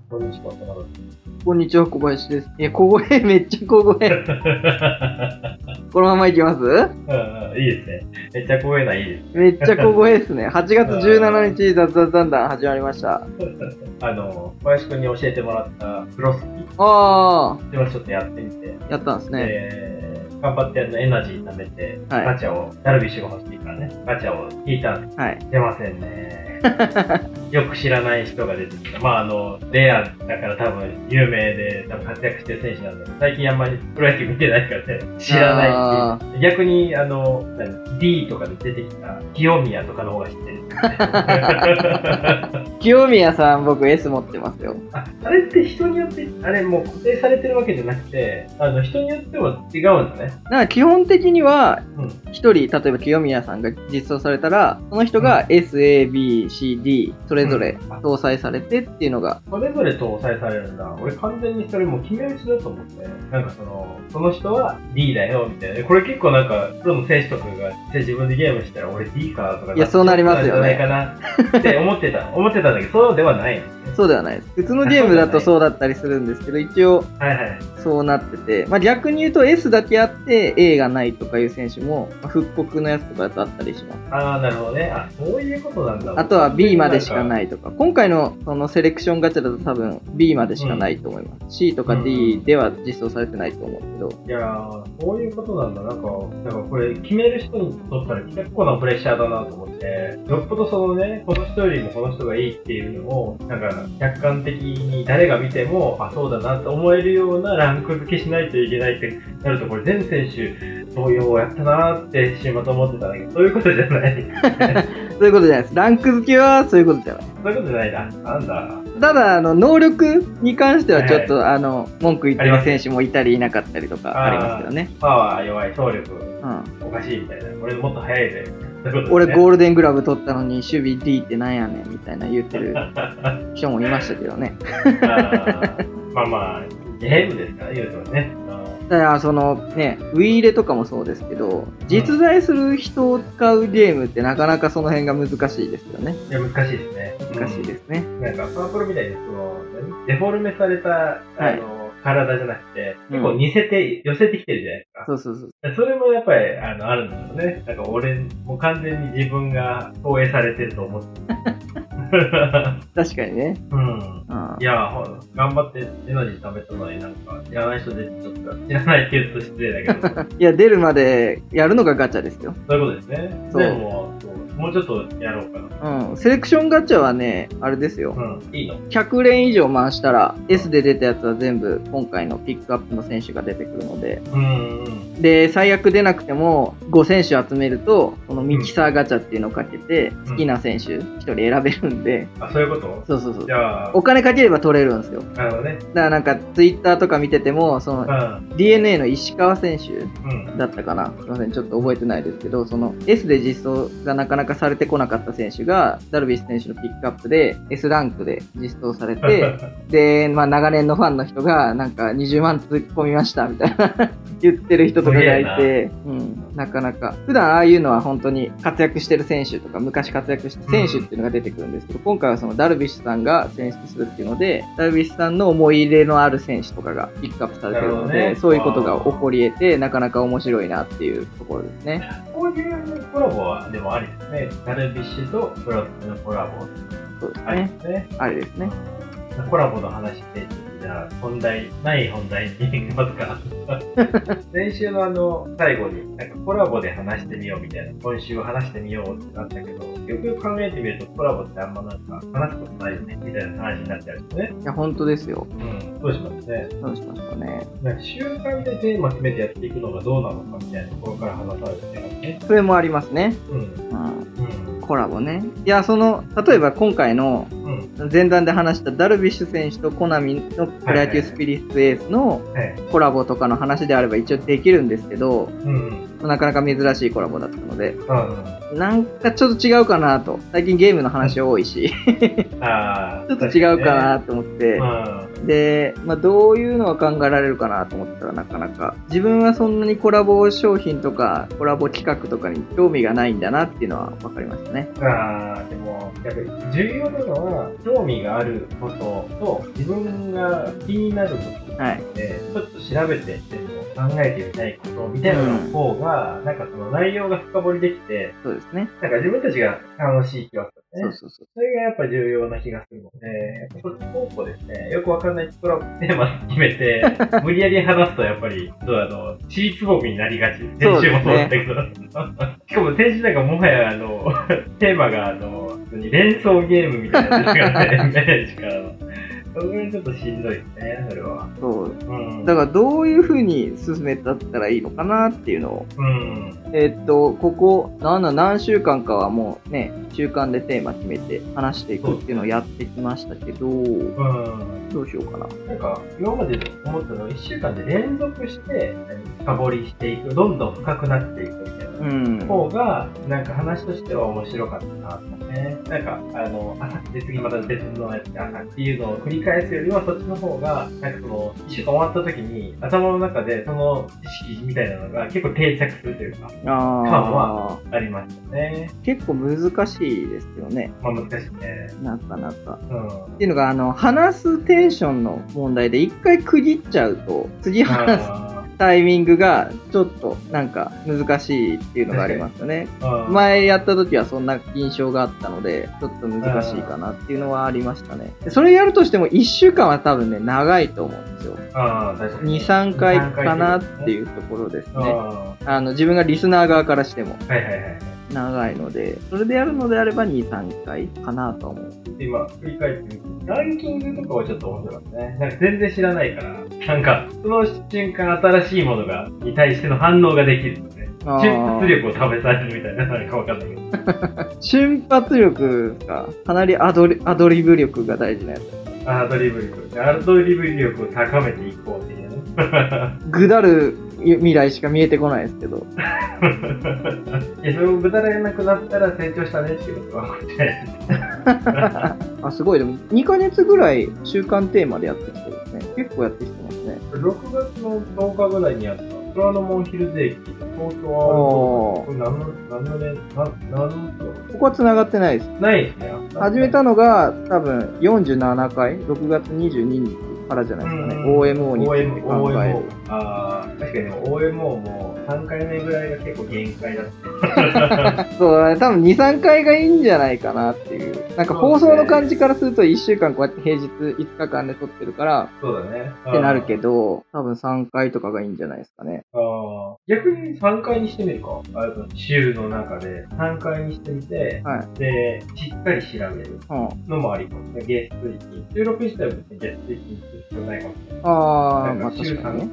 こんにちは、田中こんにちは、小林です。小声、めっちゃ小声。このままいきます？ いいですね。めっちゃ光栄ないいです。 めっちゃ小声ですね。8月17日、雑談だんだん始まりました。 小林くんに教えてもらったクロスキー。でもちょっとやってみて。 やったんですね。 頑張ってエナジー貯めて、ガチャを、ダルビッシュが欲しいからね、ガチャを引いたんです。出ませんね。よく知らない人が出てきた。レアだから多分有名で多分活躍してる選手なんだけど、最近あんまりプロ野球見てないからね、知らないっていう。逆にD とかで出てきた清宮とかの方が知ってる。 清宮さん、僕 S 持ってますよ。 あれって人によって、あれもう固定されてるわけじゃなくて、人によっても違うんだね。 だから基本的には、一人、例えば清宮さんが実装されたら、その人が S、A、B、C、D、それぞれ搭載されてっていうのが。 それぞれ搭載されるんだ。俺完全にそれもう決め打ちだと思って、なんかその人は D だよ、みたいな。これ結構なんか、プロの選手とかが自分でゲームしたら俺 D かとか。 いや、そうなりますよね。 かなって思ってたんだけど、そうではないんですね。 そうではないです。普通のゲームだとそうだったりするんですけど、一応、そうなってて、逆に言うと S だけあって A がないとかいう選手も、復刻のやつとかだとあったりします。 なるほどね。そういうことなんだ。 あとは B までしかないとか、今回のそのセレクションガチャだと多分 B までしかないと思います。C とか D では実装されてないと思うけど。 いやー、そういうことなんだ。なんかこれ決める人にとったら結構なプレッシャーだなと思って、よっぽどこの人よりもこの人がいいっていうのを、なんか客観的に誰が見ても、そうだなって思えるようなランク付けしないといけないってなると、これ全選手、そういうやったなーって週末思ってたんだけど、そういうことじゃない。 そういうことじゃないです。ランク付けはそういうことじゃない。 そういうことじゃないな。なんだ。 ただ、能力に関してはちょっと、文句言ってる選手もいたりいなかったりとかありますけどね。 パワー弱い、走力、おかしいみたいな。俺もっと速いで。 俺ゴールデングラブ取ったのに守備 D ってなんやねんみたいな言ってる人もいましたけどね。 ゲームですから、言うとね。 だからウィーレとかもそうですけど、実在する人を使うゲームってなかなかその辺が難しいですよね。 いや、難しいですね。 難しいですね。 なんか、パワープロみたいにデフォルメされた、体じゃなくて、結構寄せてきてるじゃないですか。 そう。 それもやっぱり、あるんですよね。なんか俺、もう完全に自分が投影されてると思って。 確かにね。 いや、頑張ってエナジー食べたのになんか、知らない人でちょっと、知らないって言うと失礼だけど。 いや、出るまでやるのがガチャですよ。 そういうことですね。でも、もうちょっとやろうかな。セレクションガチャはね、あれですよ。 いいの ?100 連以上回したら、S で出たやつは全部今回のピックアップの選手が出てくるので。で、最悪出なくても、5選手集めると、このミキサーガチャっていうのをかけて、好きな選手1人選べるんで。 そういうこと？ そう。お金かければ取れるんですよ。 なるほどね。 だからなんか、ツイッターとか見てても、DNA の石川選手だったかな。すいません、ちょっと覚えてないですけど、S で実装がなかなかされてこなかった選手が、ダルビッシュ選手のピックアップで S ランクで実装されて、で、長年のファンの人が、なんか20万突っ込みましたみたいな言ってる人とかがいて、なかなか。普段ああいうのは本当に活躍してる選手とか、昔活躍した選手っていうのが出てくるんですけど、今回はダルビッシュさんが選出するっていうので、ダルビッシュさんの思い入れのある選手とかがピックアップされてるので、そういうことが起こり得て、なかなか面白いなっていうところですね。 こういうコラボはでもありですね。ダルビッシュとプロのコラボ。 そうですね。ありですね。 コラボの話ってじゃあ本題に行きますか。先週の最後になんかコラボで話してみようみたいな、今週話してみようってなったけど、よくよく考えてみるとコラボってあんまなんか話すことないよねみたいな話になっちゃうんですね。 いや本当ですよ。 どうしますね。 どうしますかね。 なんか週間でテーマ決めてやっていくのがどうなのかみたいなところから話されてますね。 それもありますね。コラボね。いや、例えば今回の前段で話したダルビッシュ選手とコナミのプロ野球スピリッツエースのコラボとかの話であれば一応できるんですけど、なかなか珍しいコラボだったので、なんかちょっと違うかなと。最近ゲームの話多いし、ちょっと違うかなと思って、 で、どういうのが考えられるかなと思ったらなかなか、自分はそんなにコラボ商品とか、コラボ企画とかに興味がないんだなっていうのは分かりましたね。 でも、やっぱり重要なのは、興味があることと、自分が気になることで、ちょっと調べて考えてみたいことみたいなの方が、なんかその内容が深掘りできて、 そうですね。 なんか自分たちが楽しい気がするね。 そう。 それがやっぱ重要な気がするので、やっぱそっち方向ですね。よくわかんないコラボテーマ決めて、無理やり話すとやっぱり、チリつぼみになりがち。先週もそうだったけど。しかも先週なんかもはやテーマが連想ゲームみたいなのがね、イメージからの。それちょっとしんどいですね、それは。 そう。だからどういう風に進めたったらいいのかなっていうのを。ここ、何週間かはもうね、週間でテーマ決めて話していくっていうのをやってきましたけど、どうしようかな。 なんか、今まで思ったのは1週間で連続して、深掘りしていく、どんどん深くなっていくみたいな方が、なんか話としては面白かったなとね。なんか、で、次また別のやつで朝っていうのを繰り返すよりは、そっちの方が、なんか1週間終わった時に、頭の中でその知識みたいなのが結構定着するというか、感はありましたね。 結構難しいですよね。 難しいね。 なかなか。っていうのが、話すテンションの問題で、一回区切っちゃうと、次話すタイミングがちょっとなんか難しいっていうのがありますよね。前やった時はそんな印象があったので、ちょっと難しいかなっていうのはありましたね。それやるとしても1週間は多分ね、長いと思うんですよ。2、3回かなっていうところですね。自分がリスナー側からしても。長いので、それでやるのであれば2、3回かなと思う。 今、振り返ってみて、ランキングとかはちょっと面白かったね。なんか全然知らないから、なんか、その瞬間新しいものに対しての反応ができるので、瞬発力を試されるみたいな、なんかわかんないけど。 瞬発力が、かなりアドリブ力が大事なやつ。 アドリブ力を高めていこうっていうね。 ぐだる未来しか見えてこないですけど。 それをぐだらなくなったら成長したねっていうことはこっちです。すごい。でも2ヶ月ぐらい週間テーマでやってきてですね。結構やってきてますね。 6月の10日ぐらいにやった虎ノ門ヒルズ駅、東京は、これ何の年ここは繋がってないです。 ないですね。 始めたのが多分47回、6月22日からじゃないですかね。OMO について考える。 確かに OMO も3回目ぐらいが結構限界だった。 そうだね。多分2、3回がいいんじゃないかなっていう。なんか放送の感じからすると1週間こうやって平日5日間で撮ってるから、 そうだね。 ってなるけど、多分3回とかがいいんじゃないですかね。 逆に3回にしてみるか。週の中で3回にしてみて、で、しっかり調べるのもありかもね。月水金。収録自体は別に月水金する必要ないかもしれない。週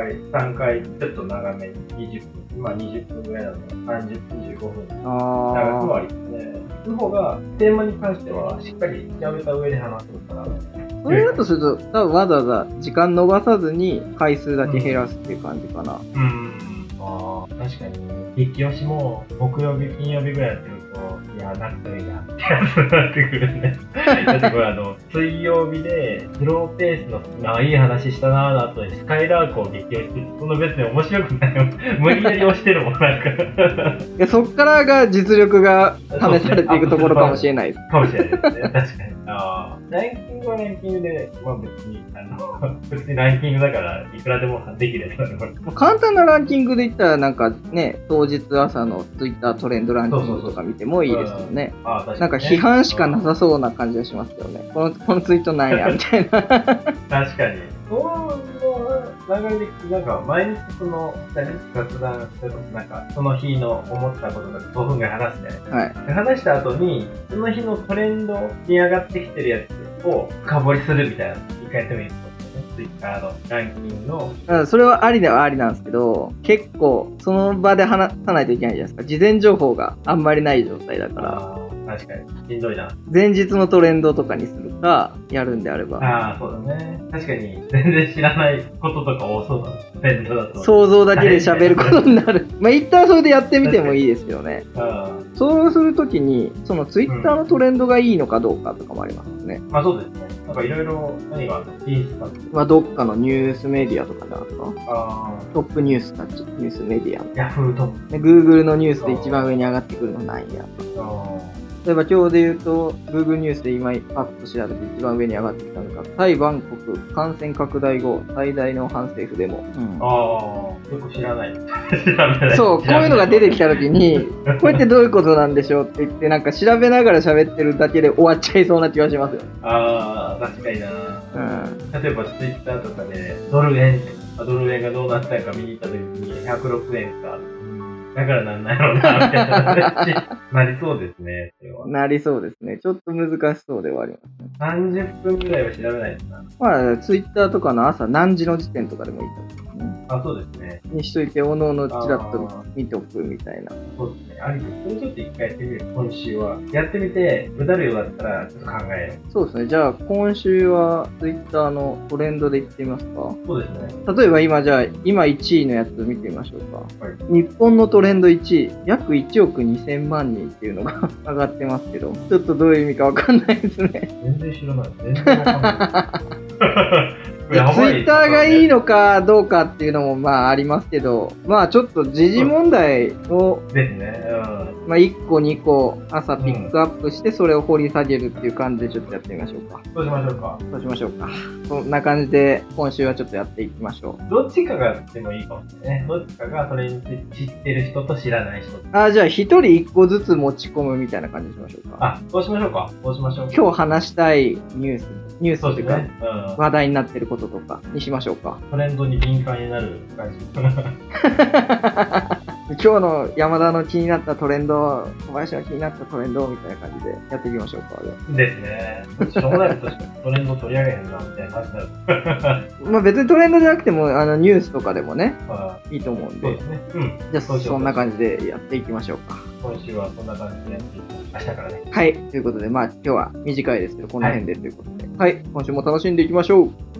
3回、ちょっと長めに20分。今20分ぐらいなので、30分、25分。長くもありですね。その方が、テーマに関しては、しっかり調べた上で話すから。 それだとすると、多分わざわざ時間伸ばさずに回数だけ減らすっていう感じかな。 確かに。激推しも、木曜日、金曜日ぐらいやってると、いや、なくてもいいなってやつになってくるね。だってこれ水曜日で、スローペースの、いい話したなーの後にスカイラークを激推して、その別に面白くないよ。無理やり押してるもん、なんか。 そっからが実力が試されていくところかもしれないです。 かもしれないですね。確かに。ランキングはランキングで、別にランキングだから、いくらでもできるやつだね。 簡単なランキングで言ったら、なんかね、当日朝のツイッタートレンドランキングとか見てもいいですよね。なんか批判しかなさそうな感じがしますよね。このツイートなんや、みたいな。確かに。流れで、なんか毎日雑談、なんかその日の思ったことが5分ぐらい話して、話した後に、その日のトレンドに上がってきてるやつを深掘りするみたいな、一回やってもいいですか？ツイッターのランキングの。 それはありではありなんですけど、結構その場で話さないといけないじゃないですか。事前情報があんまりない状態だから。 確かに。しんどいな。 前日のトレンドとかにするか、やるんであれば。 そうだね。確かに、全然知らないこととか多そうだな。トレンドだと。 想像だけで喋ることになる。一旦それでやってみてもいいですよね。そうするときに、そのツイッターのトレンドがいいのかどうかとかもありますね。 そうですね。 なんかいろいろ何があるの？インスタント。 まあ、どっかのニュースメディアとかなんですか？トップニュースタッチ、ニュースメディア。 ヤフートップ。 Google のニュースで一番上に上がってくるのなんや。例えば今日で言うと、Google ニュースで今パッと調べて一番上に上がってきたのが、タイ・バンコク感染拡大後最大の反政府デモ。 よく知らない。 そう、こういうのが出てきたときに、これってどういうことなんでしょうって言って、なんか調べながら喋ってるだけで終わっちゃいそうな気がしますよ。 確かにな。例えば Twitter とかで、ドル円がどうなったか見に行ったときに、106円か。だからなんないのな、みたいな話なりそうですね、それは。 なりそうですね。ちょっと難しそうではありますね。 30分ぐらいは調べないとな。 まあ、ツイッターとかの朝何時の時点とかでもいいと思いますね。 そうですね。 にしといて、おのおのちらっと見とくみたいな。 そうですね。ありです。それちょっと一回やってみる。今週は。やってみて、無駄るようだったら、ちょっと考える。 そうですね。じゃあ、今週はツイッターのトレンドでいってみますか。 そうですね。 例えば今1位のやつ見てみましょうか。はい、日本のトレンド1位、約1億2000万人っていうのが上がってますけど、ちょっとどういう意味かわかんないですね。 全然知らない。全然わかんない。 ツイッターがいいのかどうかっていうのもまあありますけど、まあちょっと時事問題を、 ですね。 まあ1個2個朝ピックアップしてそれを掘り下げるっていう感じでちょっとやってみましょうか。 そうしましょうか。 そうしましょうか。そんな感じで今週はちょっとやっていきましょう。どっちかがでもいいかもしれないね。どっちかがそれに知ってる人と知らない人。 じゃあ1人1個ずつ持ち込むみたいな感じにしましょうか。 そうしましょうか。そうしましょう。 今日話したいニュースというか、 ね、 話題になってることとかにしましょうか。 トレンドに敏感になる感じ。 今日の山田の気になったトレンド、小林の気になったトレンドみたいな感じでやっていきましょうか。 ですね。しょうもないことしかトレンド取り上げへんな、みたいな感じになる。 まあ別にトレンドじゃなくても、ニュースとかでもね、いいと思うんで。 そうですね。 じゃあそんな感じでやっていきましょうか。 今週はそんな感じでやっていきます。明日からね。 はい。ということで、まあ今日は短いですけど、この辺でということで。はい。今週も楽しんでいきましょう。